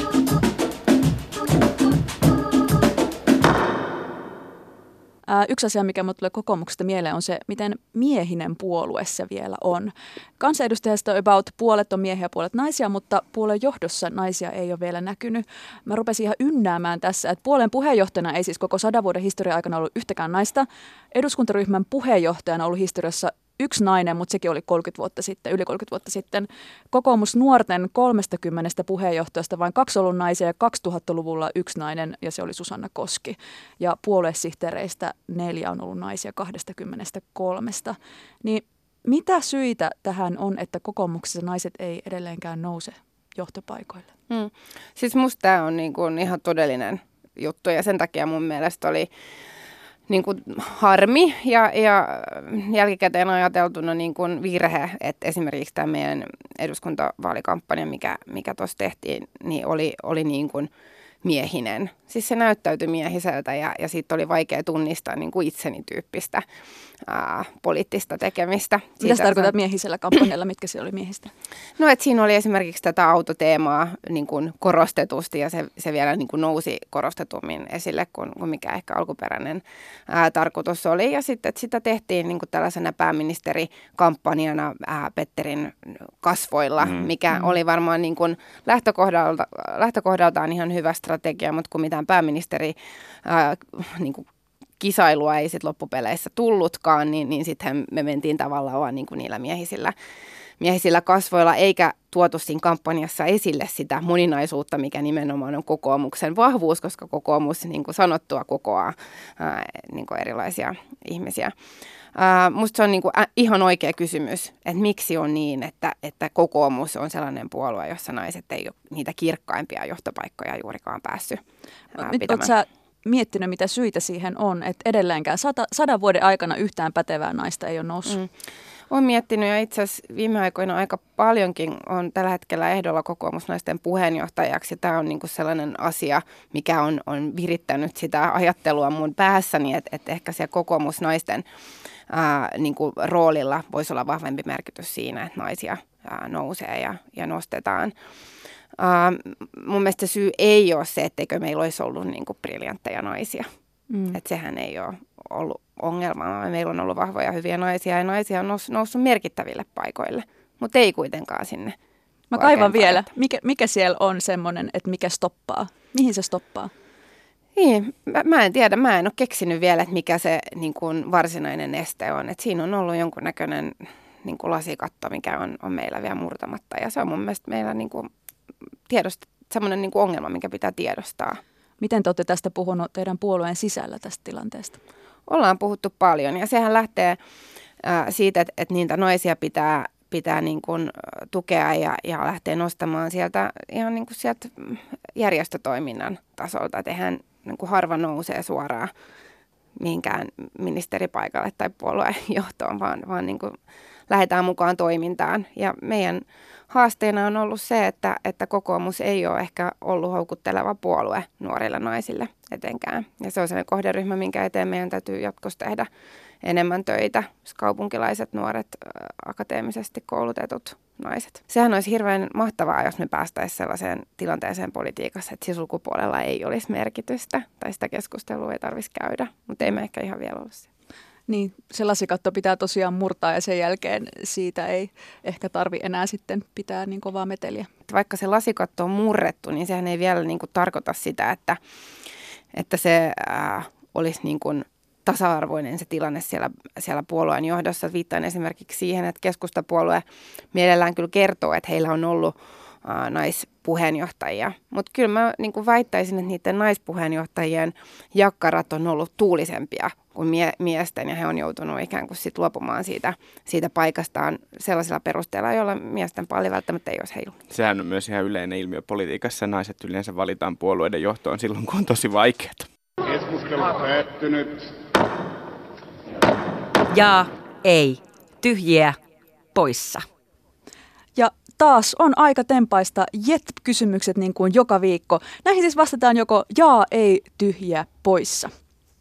Yksi asia, mikä minulle tulee kokoomuksesta mieleen, on se, miten miehinen puolue se vielä on. Kansanedustajista about puolet on miehiä ja puolet naisia, mutta puolueen johdossa naisia ei ole vielä näkynyt. Mä rupesin ihan ynnäämään tässä, että puolueen puheenjohtajana ei siis koko sadan vuoden historian aikana ollut yhtäkään naista. Eduskuntaryhmän puheenjohtajana on ollut historiassa yksi nainen, mutta sekin oli kolmekymmentä vuotta sitten, yli kolmekymmentä vuotta sitten. Kokoomus nuorten kolmekymmentä puheenjohtajasta vain kaksi ollut naisia ja kaksituhattaluvulla yksi nainen ja se oli Susanna Koski. Ja puoluesihteereistä neljä on ollut naisia kaksikymmentäkolme. Niin mitä syitä tähän on, että kokoomuksessa naiset ei edelleenkään nouse johtopaikoille? Hmm. Siis musta tämä on niin kuin ihan todellinen juttu ja sen takia mun mielestä oli niin kuin harmi ja, ja jälkikäteen ajateltuna niin kuin virhe, että esimerkiksi tämä meidän eduskuntavaalikampanja, mikä, mikä tuossa tehtiin, niin oli, oli niin kuin miehinen. Siis se näyttäytyi miehiseltä ja, ja siitä oli vaikea tunnistaa niin kuin itseni tyyppistä ää, poliittista tekemistä. Mitä sä tarkoitat miehisellä kampanjalla, mitkä siellä oli miehistä? No, että siinä oli esimerkiksi tätä autoteemaa niin kuin korostetusti ja se, se vielä niin kuin nousi korostetummin esille kuin, kuin mikä ehkä alkuperäinen ää, tarkoitus oli. Ja sitten että sitä tehtiin niin kuin tällaisena pääministerikampanjana ää, Petterin kasvoilla, mm. mikä mm. oli varmaan niin kuin lähtökohdalta, lähtökohdaltaan ihan hyvä strategia, mutta kun mitään pääministeri ää, niin kuin kisailua ei sit loppupeleissä tullutkaan, niin, niin sitten me mentiin tavallaan vaan niin kuin niillä miehisillä, miehisillä kasvoilla, eikä tuotu siinä kampanjassa esille sitä moninaisuutta, mikä nimenomaan on kokoomuksen vahvuus, koska kokoomus, niin kuin sanottua, kokoaa ää, niin kuin erilaisia ihmisiä. Ää, musta se on niin kuin ä, ihan oikea kysymys, että miksi on niin, että, että kokoomus on sellainen puolue, jossa naiset ei ole niitä kirkkaimpia johtopaikkoja juurikaan päässyt ää, pitämään. Oletko miettinyt, mitä syitä siihen on, että edelleenkään sata, sadan vuoden aikana yhtään pätevää naista ei ole noussut? Mm. Olen miettinyt ja itse asiassa viime aikoina aika paljonkin on tällä hetkellä ehdolla kokoomusnaisten puheenjohtajaksi. Tämä on niin kuin sellainen asia, mikä on, on virittänyt sitä ajattelua mun päässäni, että, että ehkä siellä kokoomusnaisten ää, niin kuin roolilla voisi olla vahvempi merkitys siinä, että naisia ää, nousee ja, ja nostetaan. Uh, mun mielestä syy ei ole se, etteikö meillä olisi ollut niin kuin briljantteja naisia. Mm. Että sehän ei ole ollut ongelma. Meillä on ollut vahvoja hyviä naisia ja naisia on nous, noussut merkittäville paikoille, mutta ei kuitenkaan sinne. Mä kaivan vielä. Mikä, mikä siellä on semmoinen, että mikä stoppaa? Mihin se stoppaa? Niin, mä, mä en tiedä. Mä en ole keksinyt vielä, että mikä se niin kuin varsinainen este on. Et siinä on ollut jonkunnäköinen niin kuin lasikatto, mikä on, on meillä vielä murtamatta. Ja se on mun mielestä meillä niin kuin tiedosta, semmoinen niin kuin ongelma, minkä pitää tiedostaa. Miten te olette tästä puhunut teidän puolueen sisällä tästä tilanteesta? Ollaan puhuttu paljon ja sehän lähtee äh, siitä, että, että niitä naisia pitää, pitää niin kuin tukea ja, ja lähtee nostamaan sieltä ihan niin kuin sieltä järjestötoiminnan tasolta. Että eihän niin kuin harva nousee suoraan mihinkään ministeripaikalle tai puolueen johtoon, vaan, vaan niin kuin lähdetään mukaan toimintaan. Ja meidän haasteena on ollut se, että, että kokoomus ei ole ehkä ollut houkutteleva puolue nuorille naisille etenkään. Ja se on sellainen kohderyhmä, minkä eteen meidän täytyy jatkossa tehdä enemmän töitä. Kaupunkilaiset, nuoret, akateemisesti koulutetut naiset. Sehän olisi hirveän mahtavaa, jos me päästäisiin sellaiseen tilanteeseen politiikassa, että sisukupuolella ei olisi merkitystä tai sitä keskustelua ei tarvitsisi käydä, mutta ei me ehkä ihan vielä ollut se. Niin, se lasikatto pitää tosiaan murtaa ja sen jälkeen siitä ei ehkä tarvi enää sitten pitää niin kovaa meteliä. Vaikka se lasikatto on murrettu, niin sehän ei vielä niin kuin tarkoita sitä, että, että se äh, olisi niin kuin tasa-arvoinen se tilanne siellä, siellä puolueen johdossa. Viittaan esimerkiksi siihen, että keskustapuolue mielellään kyllä kertoo, että heillä on ollut ää, naispuheenjohtajia. Mutta kyllä mä niin kuin väittäisin, että niiden naispuheenjohtajien jakkarat on ollut tuulisempia kuin mie- miesten, ja he on joutunut ikään kuin sit luopumaan siitä, siitä paikastaan sellaisilla perusteilla, joilla miesten paljon välttämättä ei olisi heilunut. Sehän on myös ihan yleinen ilmiö politiikassa. Naiset yleensä valitaan puolueiden johtoon silloin, kun on tosi vaikeaa. Keskustelu päättynyt. Jaa, ei, tyhjiä, poissa. Ja taas on aika tempaista jet-kysymykset niin kuin joka viikko. Näihin siis vastataan joko jaa, ei, tyhjiä, poissa.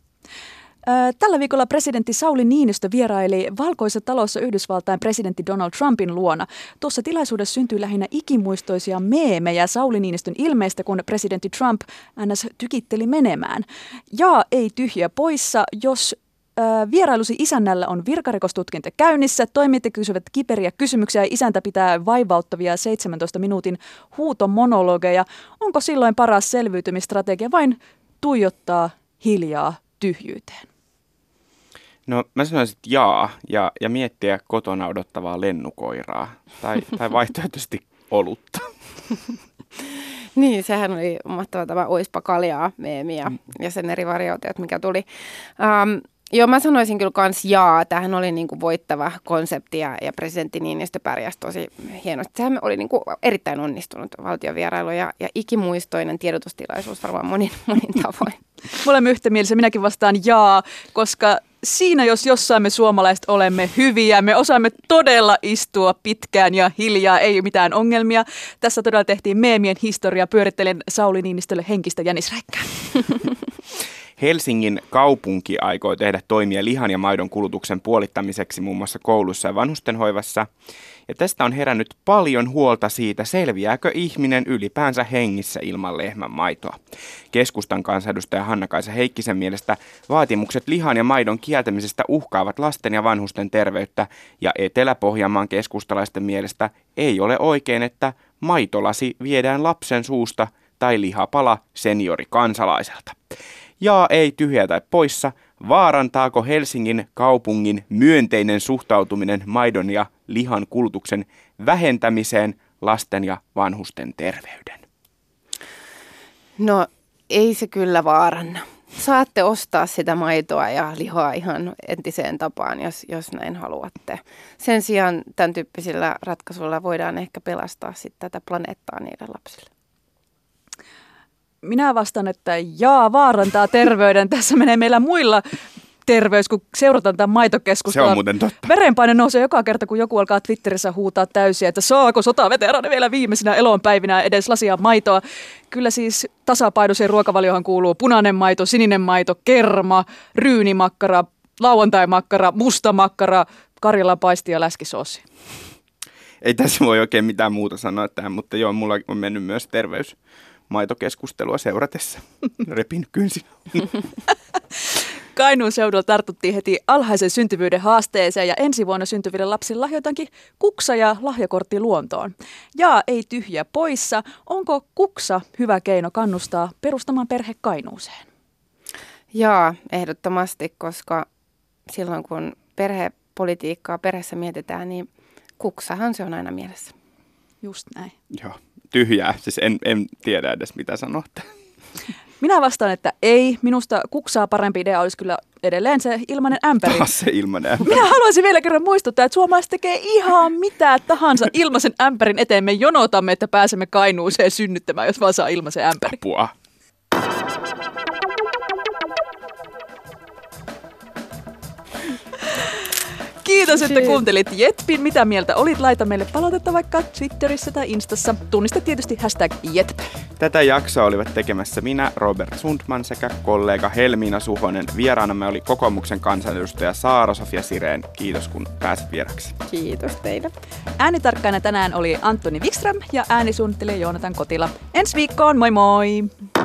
Tällä viikolla presidentti Sauli Niinistö vieraili Valkoisessa talossa Yhdysvaltain presidentti Donald Trumpin luona. Tuossa tilaisuudessa syntyi lähinnä ikimuistoisia meemejä Sauli Niinistön ilmeistä, kun presidentti Trump ns. Tykitteli menemään. Ja ei tyhjiä poissa, jos äh, vierailusi isännällä on virkarikostutkinta käynnissä, toimijat kysyvät kiperiä kysymyksiä ja isäntä pitää vaivauttavia seitsemäntoista minuutin huutomonologeja. Onko silloin paras selviytymistrategia vain tuijottaa hiljaa tyhjyyteen? No mä sanoisin, että jaa, ja, ja miettiä kotona odottavaa lennukoiraa, tai, tai vaihtoehtoisesti olutta. Niin, sehän oli mahtava tämä oispa kaljaa meemiä mm. ja sen eri variaatiot, mikä tuli. Um, joo, mä sanoisin kyllä kans jaa. Tämähän oli niinku voittava konsepti ja, ja presidentti Niinistö pärjäsi tosi hienosti. Sehän oli niinku erittäin onnistunut valtiovierailu ja, ja ikimuistoinen tiedotustilaisuus varmaan monin, monin tavoin. Me olemme yhtämielisiä, minäkin vastaan jaa, koska siinä jos jossain me suomalaiset olemme hyviä, me osaamme todella istua pitkään ja hiljaa, ei mitään ongelmia. Tässä todella tehtiin meemien historia, pyörittelen Sauli Niinistölle henkistä jänisräikkää. Helsingin kaupunki aikoo tehdä toimia lihan ja maidon kulutuksen puolittamiseksi muun muassa koulussa ja vanhustenhoivassa. Ja tästä on herännyt paljon huolta siitä, selviääkö ihminen ylipäänsä hengissä ilman lehmän maitoa. Keskustan kansanedustaja Hanna-Kaisa Heikkisen mielestä vaatimukset lihan ja maidon kieltämisestä uhkaavat lasten ja vanhusten terveyttä, ja Etelä-Pohjanmaan keskustalaisten mielestä ei ole oikein, että maitolasi viedään lapsen suusta tai lihapala seniorikansalaiselta. Jaa, ei, tyhjää tai poissa. Vaarantaako Helsingin kaupungin myönteinen suhtautuminen maidon ja lihan kulutuksen vähentämiseen lasten ja vanhusten terveyden? No ei se kyllä vaaranna. Saatte ostaa sitä maitoa ja lihaa ihan entiseen tapaan, jos, jos näin haluatte. Sen sijaan tämän tyyppisillä ratkaisuilla voidaan ehkä pelastaa sitten tätä planeettaa niille lapsille. Minä vastaan, että jaa, vaarantaa terveyden. Tässä menee meillä muilla terveys, kun seurataan tämän maitokeskustelua. Se on muuten totta. Verenpaine nousee joka kerta, kun joku alkaa Twitterissä huutaa täysiä, että saako sotaveteraani vielä viimeisinä elonpäivinä edes lasia maitoa. Kyllä siis tasapainoiseen ruokavaliohan kuuluu punainen maito, sininen maito, kerma, ryynimakkara, lauantaimakkara, mustamakkara, karjalapaisti ja läskisoosi. Ei tässä voi oikein mitään muuta sanoa tähän, mutta joo, mulla on mennyt myös terveys. Maitokeskustelua seuratessa. Repin kynsin. Kainuun seudulla tartuttiin heti alhaisen syntyvyyden haasteeseen ja ensi vuonna syntyville lapsille lahjoitankin kuksa ja lahjakortti luontoon. Jaa, ei tyhjä poissa. Onko kuksa hyvä keino kannustaa perustamaan perhe Kainuuseen? Jaa, ehdottomasti, koska silloin kun perhepolitiikkaa perheessä mietitään, niin kuksahan se on aina mielessä. Just näin. Joo, tyhjää. Siis en, en tiedä edes mitä sanoa. Minä vastaan, että ei. Minusta kuksaa parempi idea olisi kyllä edelleen se ilmainen ämpäri. Taas se ilmainen ämpäri. Minä haluaisin vielä kerran muistuttaa, että suomalaiset tekee ihan mitä tahansa ilmaisen ämpärin eteen. Me jonotamme, että pääsemme Kainuuseen synnyttämään, jos vaan saa ilmaisen ämpäri. Apua. Kiitos, että kuuntelit Jetpin. Mitä mieltä olit? Laita meille palautetta vaikka Twitterissä tai Instassa. Tunnista tietysti hashtag Jetp. Tätä jaksoa olivat tekemässä minä, Robert Sundman, sekä kollega Helmiina Suhonen. Vieraanamme oli kokoomuksen kansanedustaja Saara-Sofia Sirén. Kiitos, kun pääsit vieraksi. Kiitos teille. Äänitarkkaina tänään oli Antoni Wikström ja äänisuunnittelija Joonatan Kotila. Ensi viikkoon, moi moi!